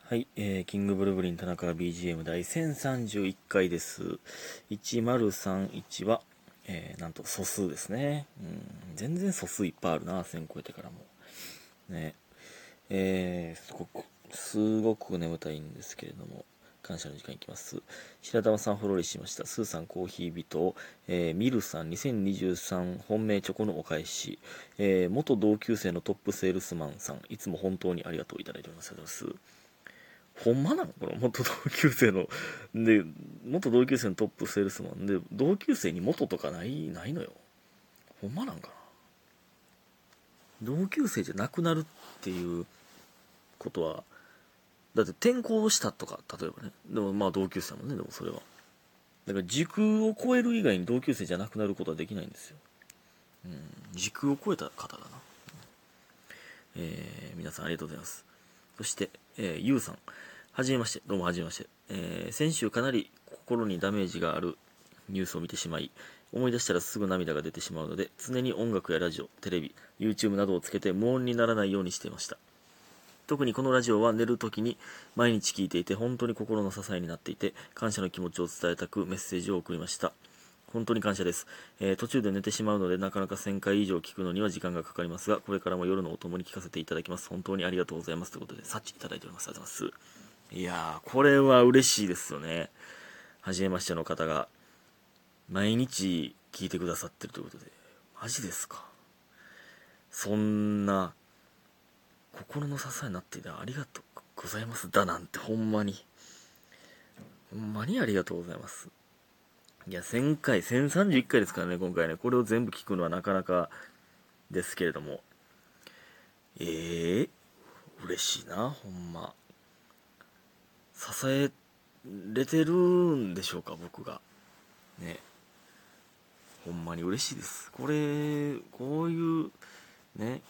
はい、キングブルブリン田中 BGM 第1031回です。1031は、なんと素数ですね。全然素数いっぱいあるな、1000超えてからも。ね。すごく眠たいんですけれども、感謝の時間いきます。白玉さんフロリしました。スーさんコーヒー人、ミルさん2023本命チョコのお返し、元同級生のトップセールスマンさん、いつも本当にありがとういただいております。ありがとうございます。ほんまなのこの元同級生のトップセールスマンで、同級生に元とかないのよ。ほんまなんかな。同級生じゃなくなるっていうことは、だって転校したとか、例えばね。でもまあ同級生もね、でもそれは。だから時空を超える以外に同級生じゃなくなることはできないんですよ。時空を超えた方だな。皆さんありがとうございます。そして、ゆうさん。はじめまして。どうもはじめまして。先週かなり心にダメージがあるニュースを見てしまい、思い出したらすぐ涙が出てしまうので、常に音楽やラジオ、テレビ、YouTube などをつけて無音にならないようにしていました。特にこのラジオは寝るときに毎日聞いていて本当に心の支えになっていて、感謝の気持ちを伝えたくメッセージを送りました。本当に感謝です。途中で寝てしまうのでなかなか1000回以上聞くのには時間がかかりますが、これからも夜のお供に聞かせていただきます。本当にありがとうございます。ということで、サッチいただいております。ありがとうございます。いやー、これは嬉しいですよね。初めましての方が毎日聞いてくださってるということで。マジですか。そんな心の支えになっていてありがとうございますだなんて、ほんまにありがとうございます。いや、1000回、1031回ですからね、今回ね。これを全部聞くのはなかなかですけれども。嬉しいな、ほんま。支えれてるんでしょうか、僕が。ね。ほんまに嬉しいです。こういうね、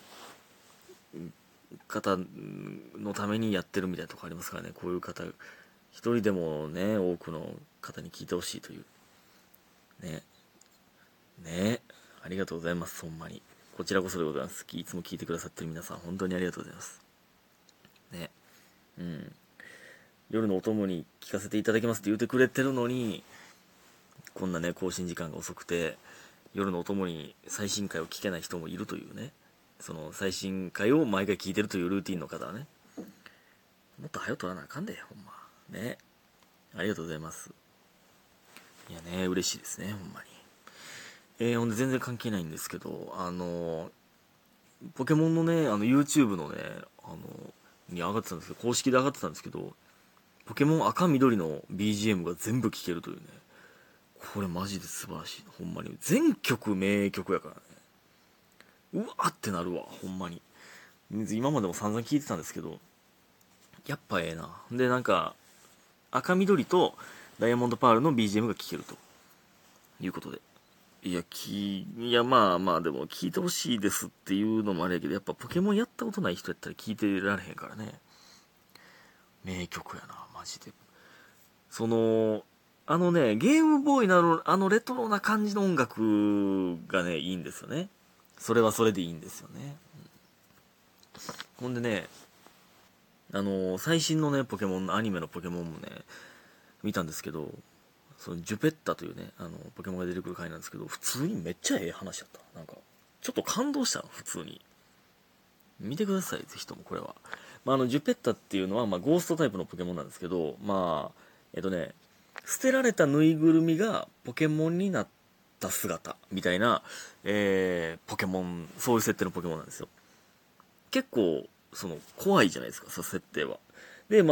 方のためにやってるみたいなとこありますからね。こういう方、一人でもね、多くの方に聞いてほしいという。ね。ね。ありがとうございます、ほんまに。こちらこそでございます。いつも聞いてくださってる皆さん、本当にありがとうございます。ね。うん。夜のお供に聞かせていただきますって言ってくれてるのに、こんなね、更新時間が遅くて、夜のお供に最新回を聞けない人もいるというね。その最新回を毎回聞いてるというルーティンの方はね、もっと早く取らなあかんで、ほんま。ね。ありがとうございます。いやね、嬉しいですね、ほんまに。ほんで全然関係ないんですけど、ポケモンのね、YouTube のね、に上がってたんですけど、公式で上がってたんですけど、ポケモン赤緑の BGM が全部聴けるというね、これマジで素晴らしい。ほんまに。全曲名曲やからね。うわーってなるわ、ほんまに。今までも散々聞いてたんですけど、やっぱええな。で、なんか、赤緑とダイヤモンドパールの BGM が聴けるということで。いや、まあまあ、でも聞いてほしいですっていうのもあれやけど、やっぱポケモンやったことない人やったら聞いてられへんからね。名曲やな、マジで。その、ゲームボーイのレトロな感じの音楽がね、いいんですよね。それはそれでいいんですよね。ほんでね、最新のね、ポケモン、アニメのポケモンもね、見たんですけど、そのジュペッタというね、ポケモンが出てくる回なんですけど、普通にめっちゃええ話だった。なんか、ちょっと感動したの、普通に。見てください、ぜひともこれは。ジュペッタっていうのは、ゴーストタイプのポケモンなんですけど、捨てられたぬいぐるみがポケモンになった姿みたいな、ポケモン、そういう設定のポケモンなんですよ。結構、怖いじゃないですか、設定は。で、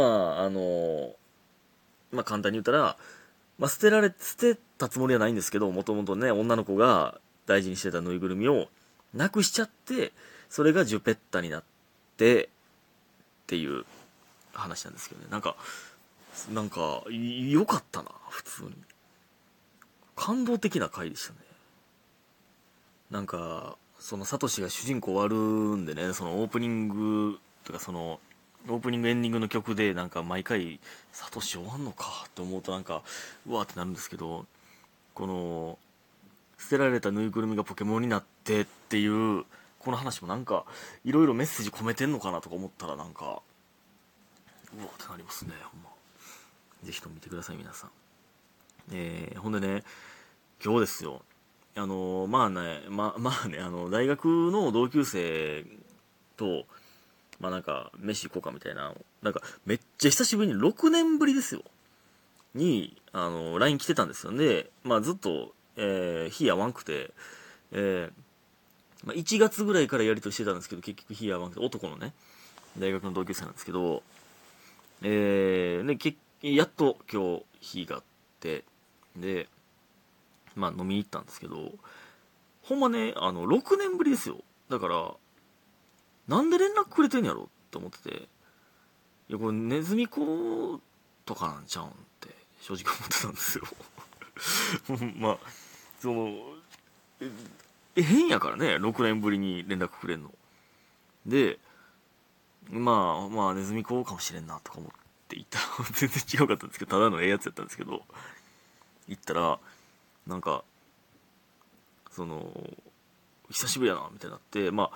簡単に言ったら、捨てたつもりはないんですけど、もともとね、女の子が大事にしてたぬいぐるみをなくしちゃって、それがジュペッタになってっていう話なんですけどね。良かったな、普通に。感動的な回でしたね。そのサトシが主人公終わるんでね、そのオープニングとかオープニングエンディングの曲で毎回サトシ終わんのかって思うとうわーってなるんですけど、この捨てられたぬいぐるみがポケモンになってっていうこの話もいろいろメッセージ込めてんのかなとか思ったらううわってなりますね、ほんま。ぜひとも見てください、皆さん。ほんでね、今日ですよ。まあね、大学の同級生と、まあなんか、飯行こうかみたいな、なんか、めっちゃ久しぶりに、6年ぶりですよ。に、LINE 来てたんですよね。まあずっと、日合わんくて、まあ、1月ぐらいからやりとりしてたんですけど、結局日合わんくて、男のね、大学の同級生なんですけど、やっと今日日があって、で、まあ飲みに行ったんですけど、ほんまね、6年ぶりですよ。だから、なんで連絡くれてんやろって思ってて、いや、これネズミ子とかなんちゃうんって正直思ってたんですよ。まあ、その、変やからね、6年ぶりに連絡くれんの。で、まあ、ネズミ子かもしれんなとか思って行ったら、全然違うかったんですけど、ただのええやつやったんですけど、行ったら、なんか、その、久しぶりやな、みたいになって、まあ、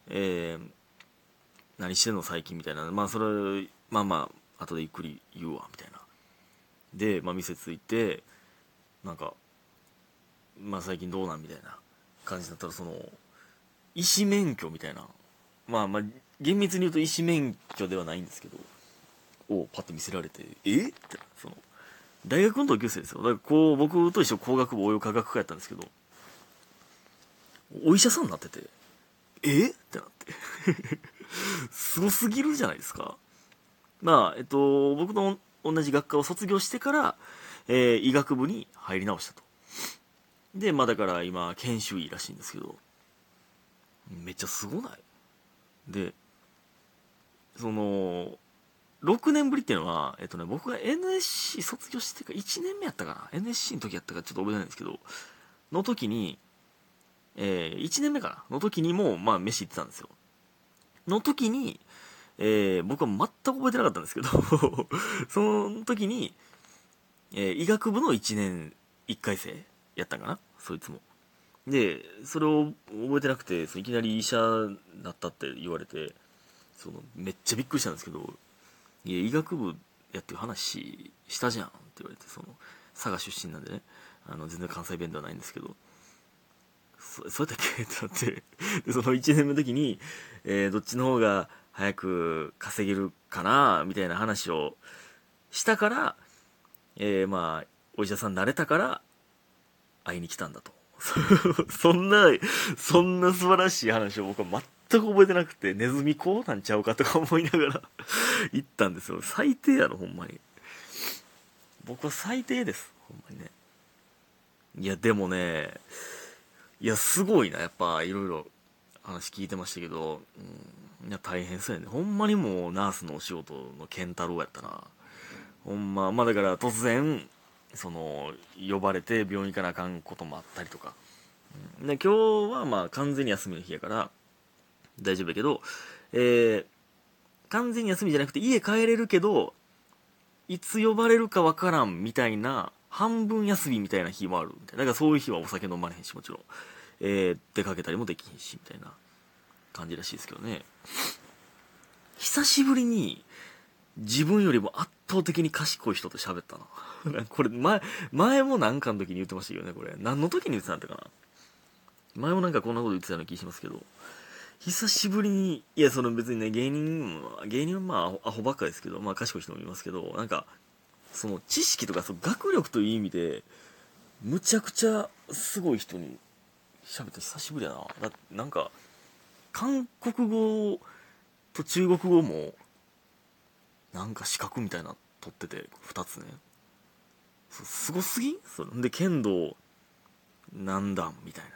何してんの最近みたいな、まあ、それ、後でゆっくり言うわ、みたいな。で、まあ、店着いて、なんか、まあ、最近どうなんみたいな感じになったら、その、医師免許みたいな、厳密に言うと医師免許ではないんですけど、をパッと見せられて、って、その、大学の同級生ですよ。だからこう、僕と一緒工学部応用科学科やったんですけど、お医者さんになってて、ってなって。すごすぎるじゃないですか。僕の同じ学科を卒業してから、医学部に入り直したと。で、だから今、研修医らしいんですけど、めっちゃすごない？で、その、6年ぶりっていうのは、僕が NSC 卒業してから1年目やったかな？ NSC の時やったかちょっと覚えてないんですけど、の時に、1年目かなの時にも、まあ、飯行ってたんですよ。の時に、僕は全く覚えてなかったんですけどその時に、医学部の1年1回生やったんかなそいつも。で、それを覚えてなくて、いきなり医者だったって言われて、めっちゃびっくりしたんですけど、いや、医学部やっていう話したじゃんって言われて、佐賀出身なんでね、全然関西弁ではないんですけど、そうやったっけってなってで、その1年目の時に、どっちの方が早く稼げるかなみたいな話をしたから、お医者さんになれたから会いに来たんだと。そんな素晴らしい話を僕は全く覚えてなくて、ネズミこうなんちゃうかとか思いながら行ったんですよ。最低やろ、ほんまに。僕は最低です、ほんまにね。いや、でもね、いや、すごいな、やっぱ、いろいろ話聞いてましたけど、いや、大変そうやね。ほんまにもう、ナースのお仕事の健太郎やったな。ほんま、だから突然、呼ばれて病院行かなあかんこともあったりとか。で、今日は完全に休みの日やから、大丈夫やけど、完全に休みじゃなくて家帰れるけど、いつ呼ばれるかわからんみたいな、半分休みみたいな日もあるみたいな。だからそういう日はお酒飲まれへんし、もちろん。出かけたりもできへんし、みたいな感じらしいですけどね。久しぶりに、自分よりも圧倒的に賢い人と喋ったな。これ、前もなんかの時に言ってましたけどね、これ。何の時に言ってたんだったかな。前もなんかこんなこと言ってたような気しますけど。久しぶりに、いや、別にね、芸人はアホばっかですけど、賢い人もいますけど、なんか、知識とか、学力という意味で、むちゃくちゃすごい人に喋った久しぶりやな。なんか、韓国語と中国語も、なんか資格みたいな取ってて、二つね。すごすぎんで、剣道、何段みたいな。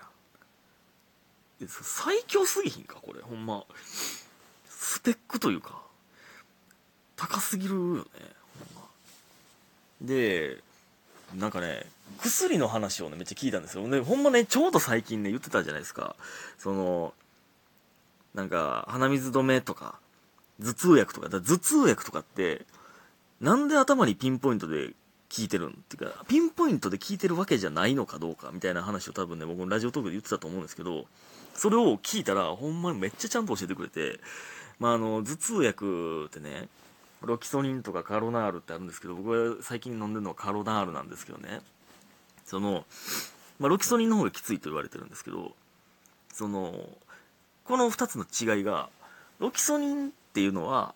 最強すぎひんかこれ、ほんま。スペックというか、高すぎるよね、ほんま。で、なんかね、薬の話をね、めっちゃ聞いたんですよ。で、ほんまね、ちょうど最近ね、言ってたじゃないですか。なんか、鼻水止めとか、頭痛薬とか、頭痛薬とかって、なんで頭にピンポイントで効いてるんっていうか、ピンポイントで効いてるわけじゃないのかどうか、みたいな話を多分ね、僕のラジオトークで言ってたと思うんですけど、それを聞いたら、ほんまにめっちゃちゃんと教えてくれて、頭痛薬ってね、 ロキソニンとかカロナールってあるんですけど、僕は最近飲んでるのはカロナールなんですけどね、ロキソニンの方がきついと言われてるんですけど、この2つの違いが、ロキソニンっていうのは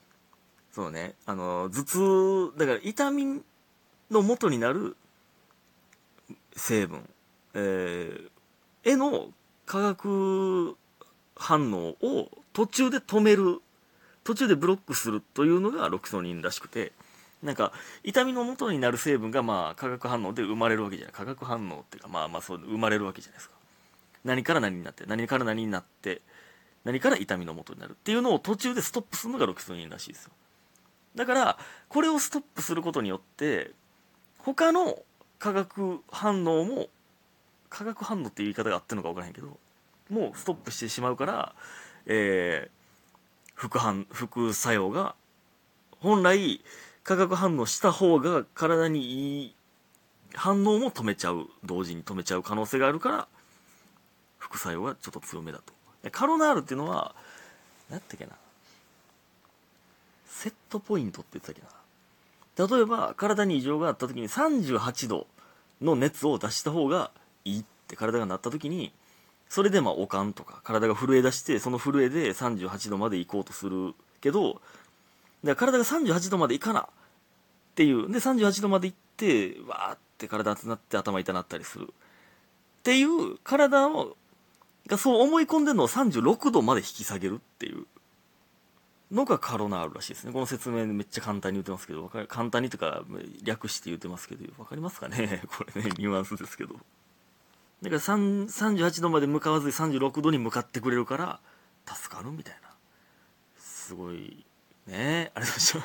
頭痛だから痛みの元になる成分、への化学反応を途中で止める、途中でブロックするというのがロキソニンらしくて、なんか痛みの元になる成分が化学反応で生まれるわけじゃない、化学反応っていうかそう生まれるわけじゃないですか。何から何になって何から何になって何から痛みの元になるっていうのを途中でストップするのがロキソニンらしいですよ。だからこれをストップすることによって他の化学反応も、化学反応っていう言い方があってるのか分からへんけど、もうストップしてしまうから、副作用が、本来化学反応した方が体にいい反応も止めちゃう、同時に止めちゃう可能性があるから、副作用がちょっと強めだと。カロナールっていうのは何やったっけな、セットポイントって言ってたっけな、例えば体に異常があった時に38度の熱を出した方がいいって体がなった時に、それでおかんとか体が震え出して、その震えで38度まで行こうとするけど、だから体が38度までいかなっていう、で38度まで行ってわーって体熱なって頭痛なったりするっていう体がそう思い込んでるのを36度まで引き下げるっていうのがカロナールらしいですね。この説明めっちゃ簡単に言ってますけど、簡単にとか略して言ってますけど、分かりますかねこれね、ニュアンスですけど。だから38度まで向かわずに36度に向かってくれるから助かるみたいな。すごいね、ありがとうございました。